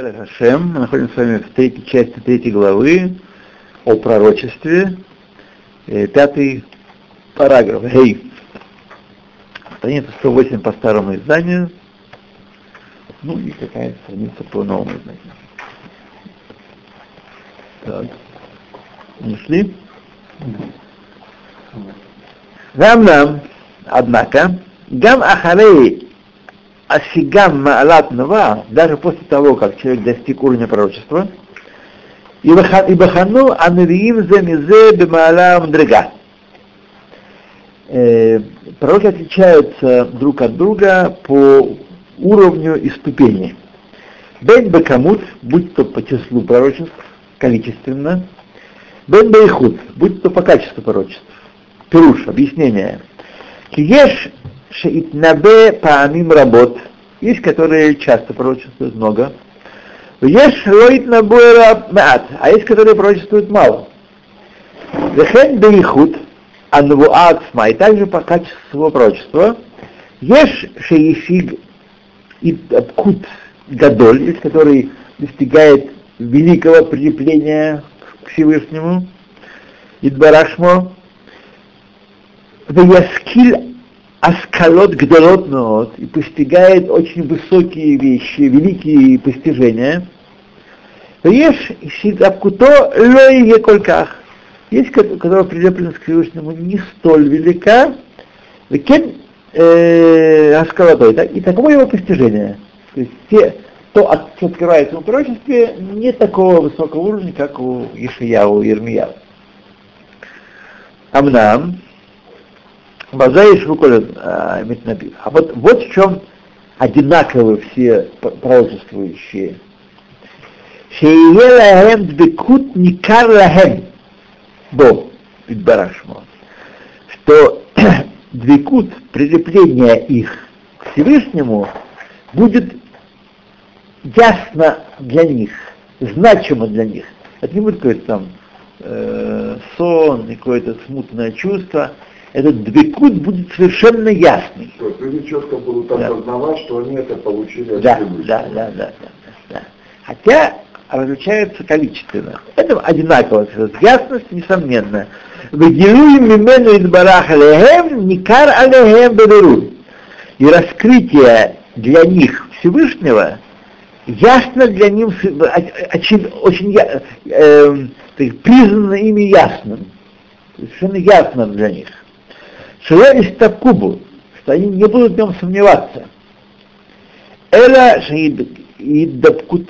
Хашем. Мы находимся с вами в третьей части третьей главы о пророчестве, пятый параграф. Страница 108 по старому изданию, ну и какая-то страница по новому изданию. Так. Нашли? Нам, однако, гам ахарей асигам маалат нова, даже после того, как человек достиг уровня пророчества, и бахану анавиим замизе бемаала мдрега. Пророки отличаются друг от друга по уровню и ступени. Бен бекамут, будь то по числу пророчеств, количественно, бен бейхут, будь то по качеству пророчеств. Пируш, объяснение. Киеш шеитнабе паамим работ, есть, которые часто пророчествуют много. Еш лоитнабуэра маат, а есть, которые пророчествуют мало. Вехен бейхут, анвуат сма, и также по качеству своего пророчества. Еш шеишиг ипкут гадоль, есть, который достигает великого прилепления к Всевышнему, идбарашмо, веяскиль аскалот гдолот нот, и постигает очень высокие вещи, великие постижения. Еш сидапкуто лоие кольках, есть, которая прилепленность к Всевышнему не столь велика, векен аскалотой, и такого его постижения. То есть что открывается в пророчестве, не такого высокого уровня, как у Ишияу и Ирмияу. Амнам, Базай и Швуколен Митнабив. А вот в чем одинаковы все пророчествующие. Шеие лахем дбекут никар лахем бо идбарашмо. Что двекут, прилепление их к Всевышнему, будет ясно для них, значимо для них. Это не будет какой-то там сон, какое-то смутное чувство. Этот двекут будет совершенно ясный. То есть люди четко будут осознавать, что они это получили от Всевышнего. Да. Хотя различаются количественно. Это одинаково, ясность, несомненно. Выделуем мимену идбарах алехем, никар алехем бедеру. И раскрытие для них Всевышнего ясно для них, очень признано ими ясным. Совершенно ясно для них. Шело и стабкубу, что они не будут в нем сомневаться. Эла и дабкут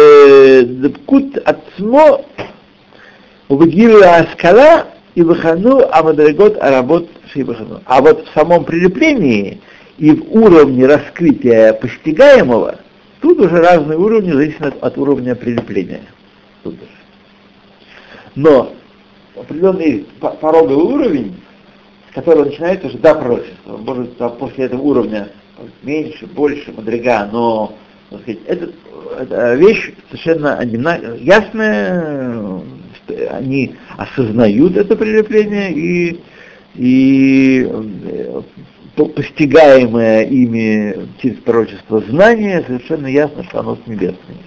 отсмо увидела аскала и выхану амадрегот аработ шейбахану. А вот в самом прилеплении и в уровне раскрытия постигаемого тут уже разные уровни, зависят от уровня прилепления. Тут уже. Но определенный пороговый уровень, с которого начинается уже до пророчества, может после этого уровня меньше, больше, мадрига, но, так сказать, это вещь совершенно ясная, что они осознают это прилепление и постигаемое ими через пророчество знание, совершенно ясно, что оно с небесными.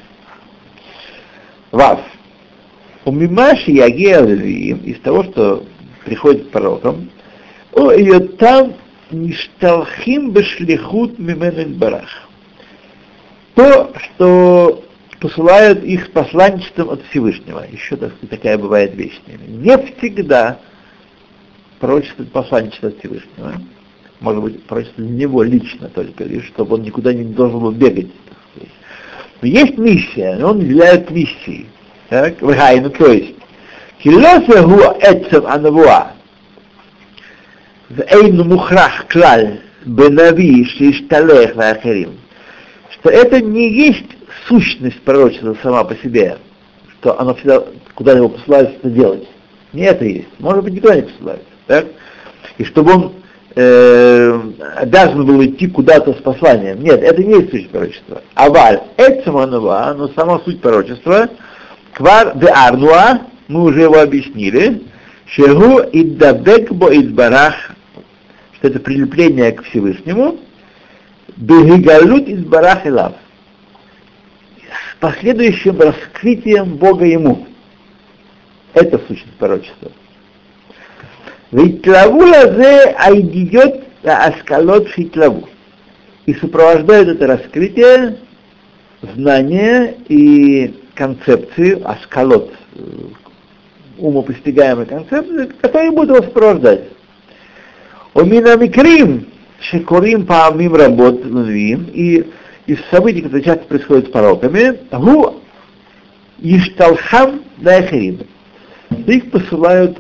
Вас. У Мимаши Ягеалвиим, из того, что приходит к пророкам, о ее там ништалхим бешлихут мимену барах. То, что посылают их с посланничеством от Всевышнего. Еще, так сказать, такая бывает вещь. Не всегда пророчество посланничество от Всевышнего. Может быть, пророчество для него лично только, лишь чтобы он никуда не должен был бегать. Но есть миссия, и он уделяет миссии. Так, то есть, килосе гуа эцем анавуа, в эйну мухрах клаль, бенави шишталех ваахерим, что это не есть сущность пророчества сама по себе, что оно всегда, куда его посылают, что делать. Не это есть. Может быть, никуда не посылают. Так? И чтобы он обязан был идти куда-то с посланием. Нет, это не есть суть пророчества. Аваль, эцеманова, но сама суть пророчества, квар де арнуа, мы уже его объяснили, шегу иддабекбо идбарах, что это прилепление к Всевышнему, бегигалут идбарах и лав. последующим раскрытием Бога ему. Это сущность пророчества. Ведь тлаву лазе айдиот аскалот шитлаву. И сопровождает это раскрытие знания и концепции, аскалот, умопостигаемые концепции, которые будут его сопровождать. Оминамикрим шекорим паамим работ нувим, и из событий, которые часто происходят с пророками, гу ишталхам дайхарим. Их посылают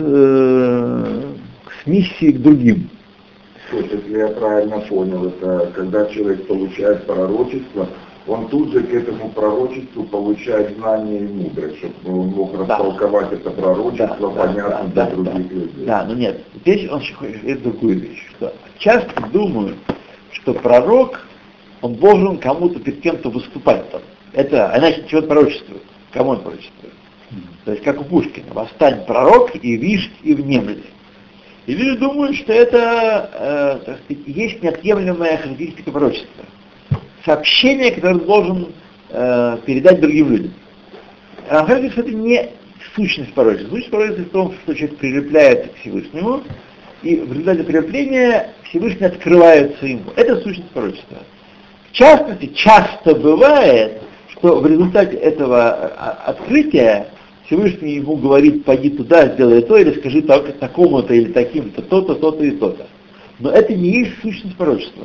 с миссией к другим. То есть, если я правильно понял, это когда человек получает пророчество, он тут же к этому пророчеству получает знание и мудрость, чтобы он мог растолковать это пророчество, понятно для других людей. Да, но нет, здесь он говорит другую вещь, что часто думают, что пророк, он должен кому-то перед кем-то выступать там. Это, иначе чего-то пророчествует. Кому он пророчествует? То есть, как у Пушкина, восстань пророк и вишь и внемли. И люди думают, что это, так сказать, есть неотъемлемая характеристика пророчества. Сообщение, которое он должен передать другим людям. А говорит, что это не сущность пророчества. Сущность пророчества в том, что человек прилепляется к Всевышнему, и в результате прилепления Всевышний открывается ему. Это сущность пророчества. В частности, часто бывает, что в результате этого открытия Всевышний ему говорит: пойди туда, сделай то, или скажи такому-то или таким-то, то-то, то-то и то-то. Но это не есть сущность пророчества.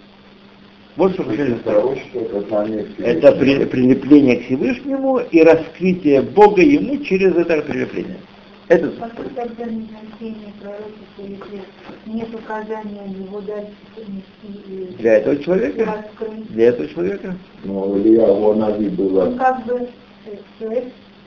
Вот что это прилепление к Всевышнему и раскрытие Бога ему через это прилепление. Это Какое тогда назначение пророчества, если нет указания его дальше нести? Для этого человека? Для этого человека. Ну, Илья, он Нави было. Он как бы человек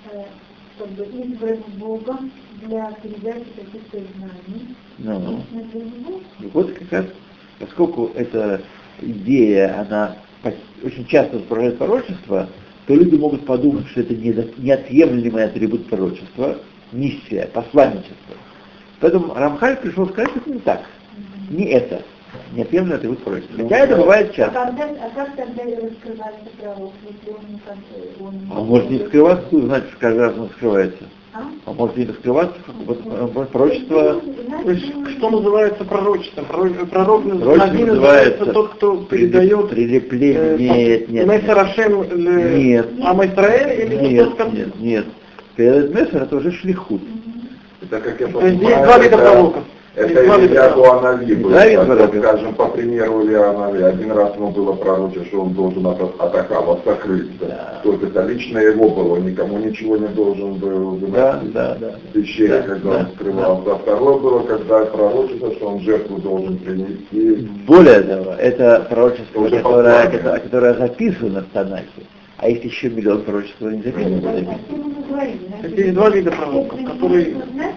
избран Богом для передачи каких-то знаний. Вот как раз, поскольку эта идея, она очень часто выражает пророчество, то люди могут подумать, что это неотъемлемый атрибут пророчества, миссия, посланничество. Поэтому Рамхаль пришел сказать, что это не так. Не это. Неотъемлемый атрибут пророчества. Хотя это бывает часто. А как тогда раскрывается пророк, если он может не раскрываться, значит, каждый раз он раскрывается. А может не раскрываться, пророчество. То есть, что называется пророчеством? Пророк называется тот, кто передает прилепление. Нет. Месарашем Амайсраэль или тот, кто... Нет. Передать мессер, это уже шлихут. Это, как я понимаю, есть два вида пророков. Это Илья Анави был. Скажем, по примеру Илья Анави, один раз ему было пророчено, что он должен от Акава сокрыться. Да. То есть это лично его было, никому ничего не должен был выносить. В пещере, когда он скрывался. А второе было, когда пророчество, что он жертву должен принести. Более того, это пророчество, которое записано в Танахе. А есть еще миллион пророчеств, которые не записаны. Есть два вида пророков, которые...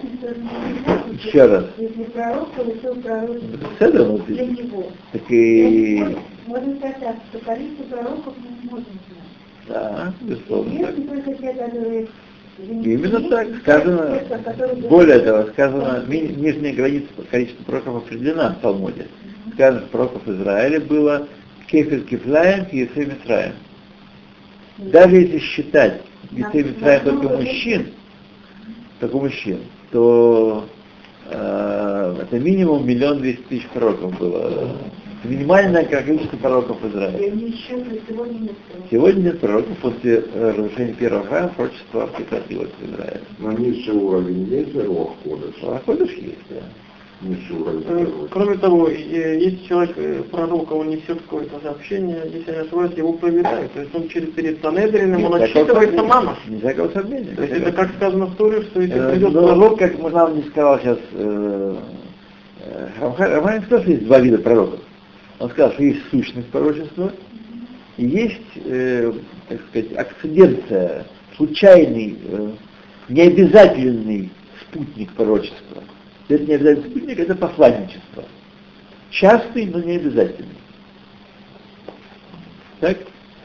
Еще раз. Если пророк получил пророчество для него, так и... можно сказать, что количество пророков мы можем знать. Да, безусловно. Если только те, которые... Именно так. Сказано, более того, сказано, нижняя граница количества пророков определена в Талмуде. Сказано, что пророков Израиля было Кефир Кифлаем и Ефрем Исраим. Даже если считать Ефрем Исраим только мужчин, то это минимум 1 200 000 пророков было. Это минимальное количество пророков в Израиле. Сегодня нет пророков, после разрушения первого храма пророчество прекратилось в Израиле. Но низший уровень есть же Руах Кодеш? Руах Кодеш есть, да. Кроме того, если человек, пророк, он несет какое-то сообщение, если я не ошибаюсь, его проверяют. То есть он перед Санедрином, он отчитывается мама. Не всякого сомнения. То есть это как сказано в Торе, что если придет пророк, как нам не сказал сейчас, Рамхаль сказал, что есть два вида пророков. Он сказал, что есть сущность пророчества, и есть, так сказать, акциденция, случайный, необязательный спутник пророчества. Это не обязательно спутник, это посланничество. Частый, но не обязательный. Так?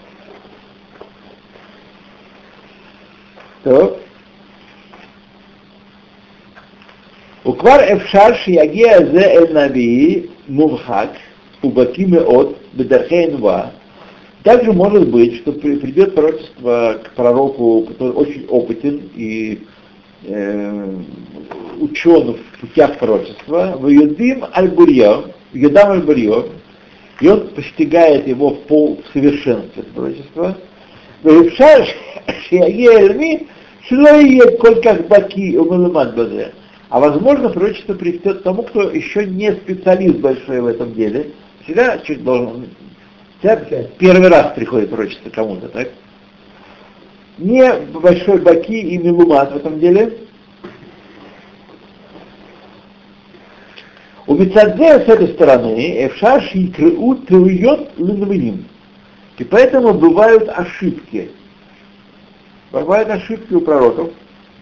То. Уквар эфшар шиягия зе эль нави мувхак убаки меот бедархей нува. Также может быть, что придет пророчество к пророку, который очень опытен и ученый в путях пророчества, в Юдам аль-Бурьё, и он постигает его в совершенстве пророчества. А возможно, пророчество приведет к тому, кто еще не специалист большой в этом деле. Всегда человек должен... Первый раз приходит пророчество кому-то, так? Не большой баки и милумат в этом деле. У Мицадзе с этой стороны Эфшаш и Крыу Теуйот Линвиним. И поэтому бывают ошибки. Бывают ошибки у пророков.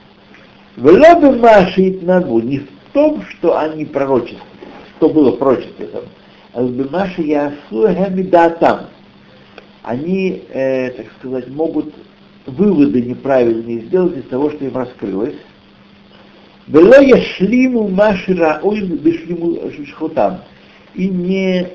Влёбы Машит Нагу не в том, что они пророчествуют, что было в пророчестве там. Албимаши Ясу Хэмидатам. Они, так сказать, могут выводы неправильные сделать из того, что им раскрылось. Вело яшлиму маши рауль бешлиму шхутам. И не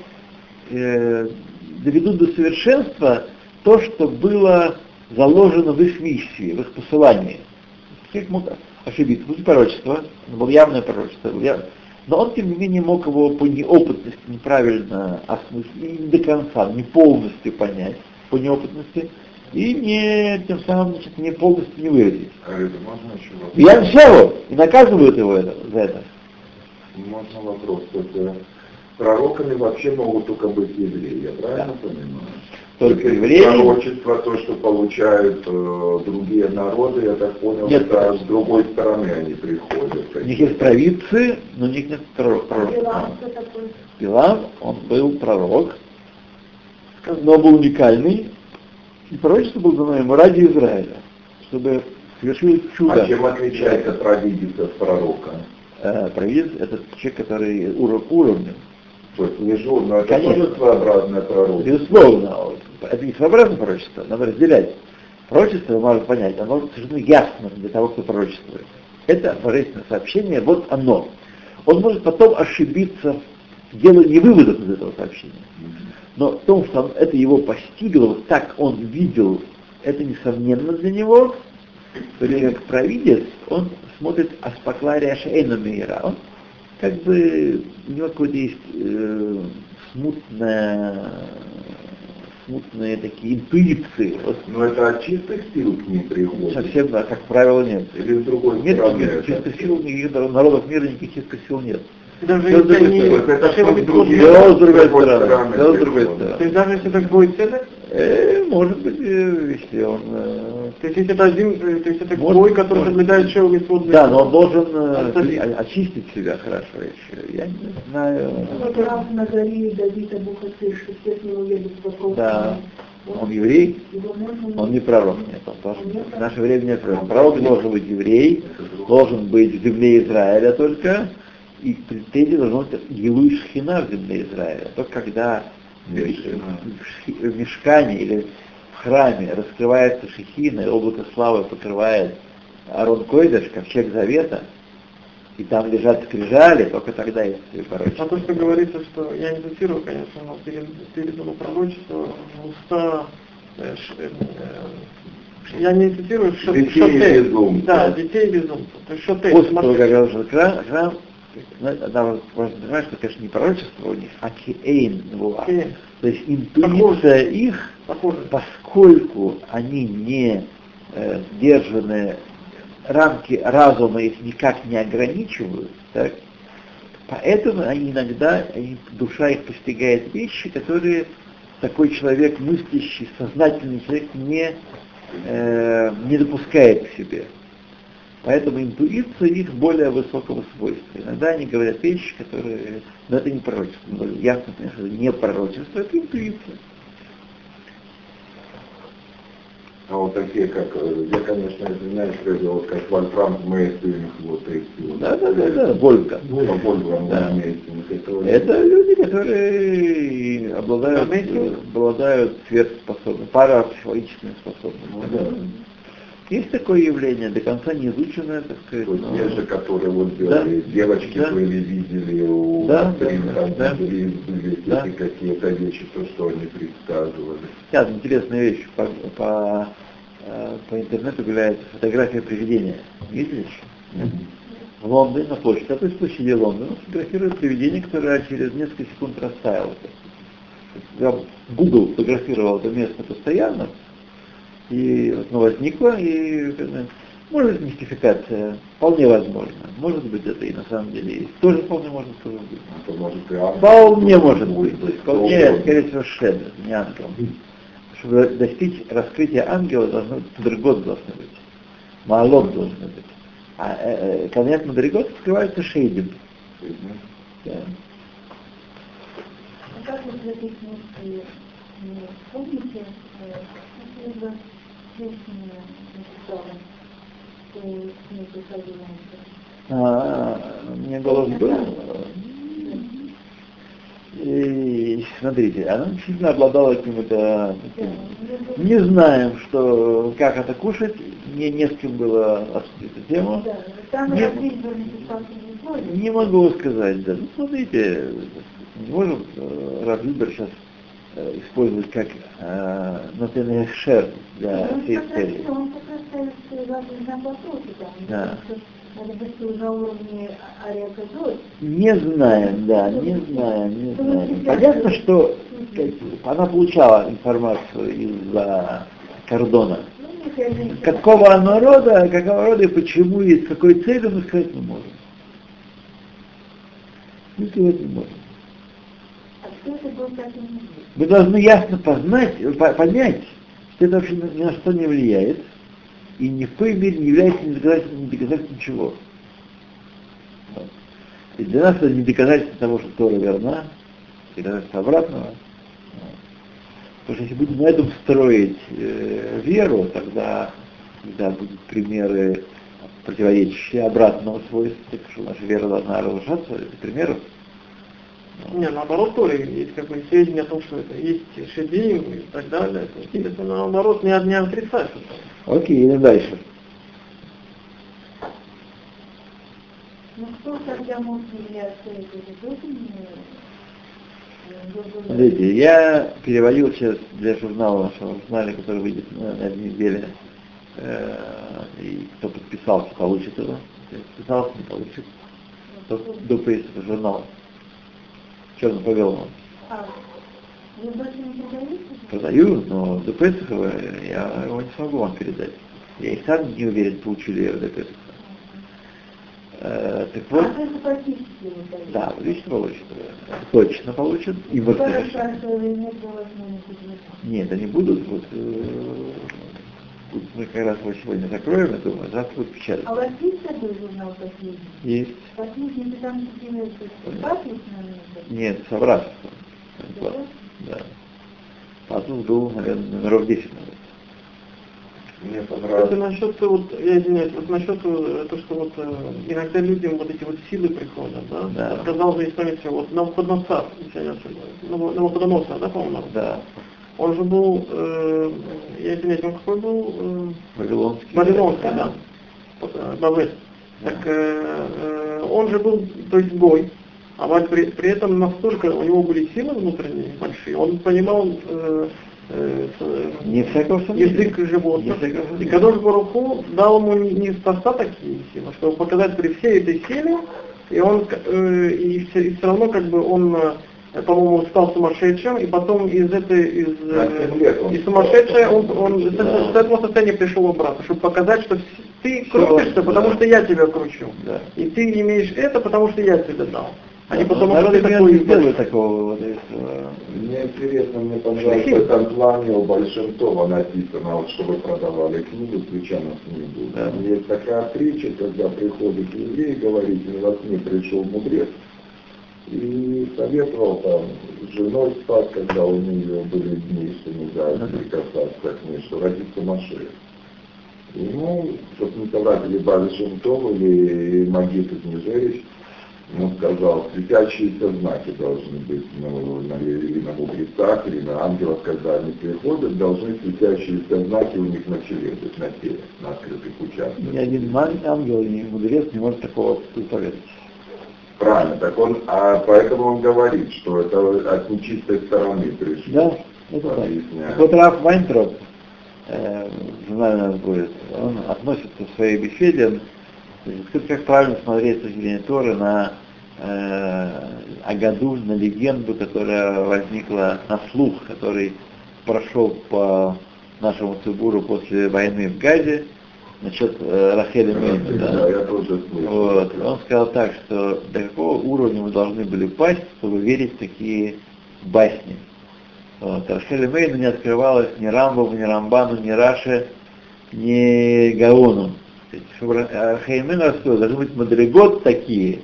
доведут до совершенства то, что было заложено в их миссии, в их посылании. Человек мог ошибиться. Было пророчество, было явное пророчество, но он, тем не менее, мог его по неопытности неправильно осмыслить, не до конца, не полностью понять, по неопытности, и тем самым не полностью не выразить. Я все и наказывают его за это. Можно вопрос. Пророками вообще могут только быть евреи, я правильно понимаю? Только евреи. Пророчество, то, что получают другие народы, я так понял, нет, это с другой стороны они приходят. У них есть провидцы, но у них нет пророков. Билам, он был пророк, но был уникальный, и пророчество было дано ему ради Израиля, чтобы совершил чудо. А чем отличается провидец от пророка? Провидец — это человек, который уровнем. То есть лежурно, это тоже своеобразное пророчество? Безусловно, это не своеобразное пророчество, надо разделять. Пророчество можно понять, оно совершенно ясно для того, кто пророчествует. Это божественное сообщение, вот оно. Он может потом ошибиться в делании выводов из этого сообщения. Но в том, что это его постигло, вот так он видел, это несомненно для него. В то время как провидец, он смотрит аспаклария шейна мейра. Он как бы, у него какое-то есть смутные такие интуиции. Вот. Но это от чистых сил к ним приходит? Совсем, да, как правило, нет. Или с другой нет, стороны? Нет, чистых сил, никаких народов мира никаких чистых сил нет. Даже все с другой стороны. То есть даже если так будет цедок? Может быть, если он... То есть если это один, то есть это гой, который соблюдает шеу исходный. Да, но он должен очистить себя хорошо еще. Я не знаю. Вот раз на горе Давида Бухасы, что все с него едут вокруг. Да. Он еврей, он не пророк, нет, он тоже в наше время нет пророка. Пророк должен быть еврей, должен быть в земле Израиля только, и претензия должна быть Гилуй Шхина в земле Израиля. Только когда в мишкане или в храме раскрывается шехина, и облако славы покрывает Арон Койдеш, ковчег Завета, и там лежат скрижали, только тогда есть пророчество. А то, что говорится, что, я не цитирую, конечно, но передано пророчество в уста, я не цитирую, детей безумцев. Да, детей безумцев. То есть шотей. После того, как я уже храм, надо понимать, что, конечно, не пророчество у них, а киэйн. То есть интуиция их, поскольку они не сдержаны, рамки разума их никак не ограничивают, так, поэтому они иногда, душа их постигает вещи, которые такой человек, мыслящий, сознательный человек не допускает к себе. Поэтому интуиция их более высокого свойства. Иногда они говорят вещи, которые... Но это не пророчество. Но ясно, конечно, это не пророчество, это интуиция. А вот такие, как, я, конечно, извиняюсь, вот как Вольфрам Мейстинг, вот эти вот. Да, Вольфган. Вольфган, да. Мейстинг. Это люди, которые обладают сверхспособностями, парапсихологическими способностями. Есть такое явление, до конца не изученное, так сказать. Те же, которые вот делали, девочки были, видели у принца, были какие-то вещи, то, что они предсказывали. Сейчас интересная вещь. По интернету гуляет фотография привидения. Видишь? В Лондоне, на площади. А то есть в площади Лондона фотографирует привидение, которое через несколько секунд растаяло. Google фотографировал это место постоянно, и оно возникло, и может мистификация, вполне возможно. Может быть, это и на самом деле есть. Тоже вполне может быть. Вполне может быть. Вполне, скорее всего, шедр, не ангел. Чтобы достичь раскрытия ангела, должно быть мадригот должны быть. Маалот должны быть. А конец мадригот скрывается шейдем. Как вы в этой книжке помните, из женщины написала, что с ней приходила? Мне голос был. И смотрите, она действительно обладала каким-то... Не знаем, что, как это кушать, мне не с кем было обсудить эту тему. Не могу сказать, да. Ну, смотрите, не можем Равлибер сейчас использовать как нотенный шер для всей цели. Да. Не знаем, да, не знаем. Понятно, что она получала информацию из-за кордона. Какого рода и почему и с какой целью, мы сказать не можем. Мы сказать не можем. Мы должны ясно понять, что это вообще ни на что не влияет, и ни в коей мере не является доказательством ничего. Вот. И для нас это не доказательство того, что Тора верна, доказательство обратного. Вот. Потому что если будем на этом строить веру, тогда, когда будут примеры, противоречащие обратного свойства, так что наша вера должна разрушаться, это примеров. Не, наоборот, тоже есть как бы сведения о том, что это есть шедим и так далее. Это наоборот не отрицать. Окей, идем дальше. Ну кто тогда может являться этой? Смотрите, я переводил сейчас для журнала, нашего журнала, который выйдет на этой неделе, и кто подписался, получит его. Кто подписался, не получит. До поездки журнала. Черно по белому. Вы больше не продаете? Продаю, но до Песахова я его не смогу вам передать. Я и сам не уверен, получу ли я его до Песаха. Так вот. Это практически не даете? Да, лично получит. Точно получит. И вот нет, они будут. Вот, мы как раз его сегодня закроем, я думаю, завтра будет печатать. А у вас есть такой журнал последний? Есть. Последний, ты там паспорт? Нет, Саврасов. Да. Паспорт был, наверное, номеров 10, наверное. Мне понравилось. Это насчет, вот, я извиняюсь, вот насчет то, что вот иногда людям вот эти вот силы приходят, да? Да. Сказал же исполнитель, вот Навуходоносор, если я не ошибаюсь, Навуходоносор, да, по-моему? Да. Он же был, я извиняюсь, он какой был? Вавилонский, да. Бавель. Да. Так он же был, то есть гой, а при этом настолько у него были силы внутренние большие, он понимал язык животных. И Кадош Барух Ху дал ему не просто такие силы, чтобы показать при всей этой силе, и он и все равно как бы он, по-моему, стал сумасшедшим, и потом из сумасшедшего он с этого состояния пришел обратно, чтобы показать, что ты крутишься, потому что я тебя кручу. Да. И ты имеешь это, потому что я тебе дал. А не потому что ты такой сделаю такого. Мне интересно, мне понравилось, в этом плане у Большинтова написано, вот, что вы продавали книгу «Ключа на книгу». Да. Есть такая притча, когда приходит еврей и говорит, во сне пришел мудрец, и советовал там с женой спать, когда у нее были дни, что нельзя прикасаться к ней, что родится Машех. Ему, чтобы не соврать, или Большинтов, или Магит из Межерич, Он сказал, светящиеся знаки должны быть или на мудрецах, или на ангелах, когда они приходят, должны светящиеся знаки у них на челе, то есть на теле, на открытых участках. Ни один ангел, ни мудрец не может такого исповедать. Правильно, так он, поэтому он говорит, что это от нечистой стороны пришло. Да, это так. Вот Раф Вайнтроп, жена у нас будет, он относится в своей беседе, как правильно смотреть с точки зрения Торы на Агаду, на легенду, которая возникла, на слух, который прошел по нашему цибуру после войны в Газе, насчет Рахель Имейну. Да, я тоже слышал. Вот. Он сказал так, что до какого уровня мы должны были пасть, чтобы верить в такие басни. Вот. Рахель Имейну не открывалась ни Рамбову, ни Рамбану, ни Раше, ни Гаону. Чтобы Рахель Имейну раскрылась, должны быть мадригот такие,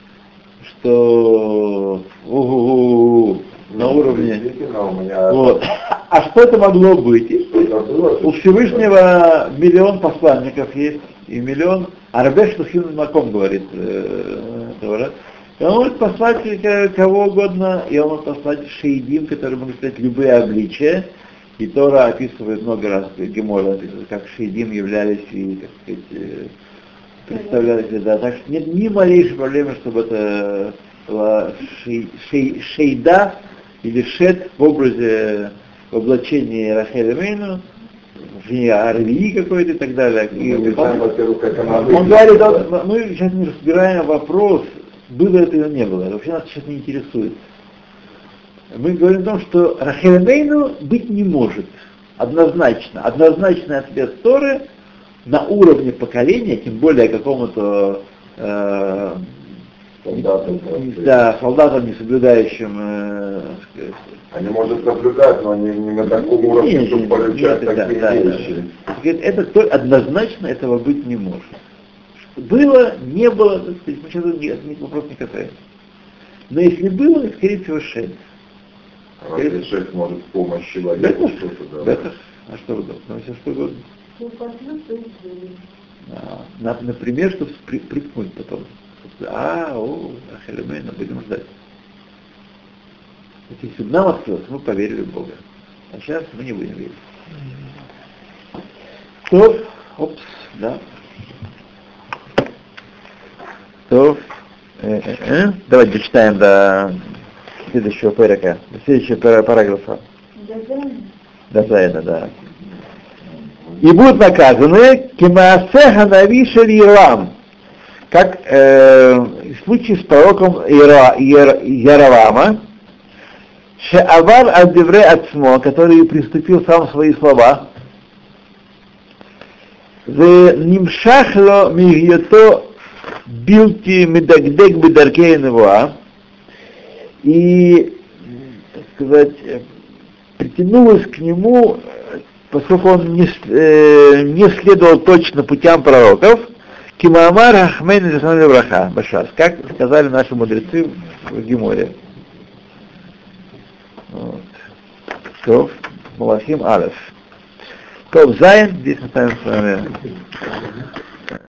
что на уровне. Вот. А что это могло быть? У Всевышнего миллион посланников есть, и миллион, Арбеш Лухим Маком говорит Тора. И он может послать кого угодно, и он может послать шейдим, которые могут сказать любые обличия. И Тора описывает много раз, Гемора описывает, как шейдим являлись и, так сказать, представлялись. Да. Так что нет ни малейшей проблемы, чтобы это была шейда или шет в образе, в облачении Рахель Имейну, Арвии какой-то и так далее. Он говорит, мы сейчас не разбираем вопрос, было это или не было. Это вообще нас сейчас не интересует. Мы говорим о том, что Рахель Имейну быть не может. Однозначно. Однозначный ответ Торы на уровне поколения, тем более какому-то солдатам, не соблюдающим. Они могут соблюдать, но не на таком уровне, чтобы получать такие вещи. Это однозначно этого быть не может. Было, не было, так сказать, мы сейчас нет, вопрос не касается. Но если было, скорее всего, шесть. Если шесть может в помощь человеку что-то давать. А что вы думаете? Что угодно. Например, чтобы припнуть потом. Рахель Имейну, будем ждать. Если бы нам открылось, мы поверили в Бога. А сейчас мы не будем верить. Да. Давайте дочитаем до следующего перека, до следующего параграфа. До Зайна, да. И будут наказаны Кимаасе Нави Шель Ирам, как в случае с пророком Яровама, Шеавар ад-Девре Ацмо, который приступил сам свои слова, Нимшахло Мигьето Билти Медагдек Бедаркей Невуа, и, так сказать, притянулась к нему, поскольку он не следовал точно путям пророков, Кимаамар Ахмен Зихану Браха, Башас, как сказали наши мудрецы в Геморе. Вот. Малахим Алеф. Зайн, здесь мы ставим с вами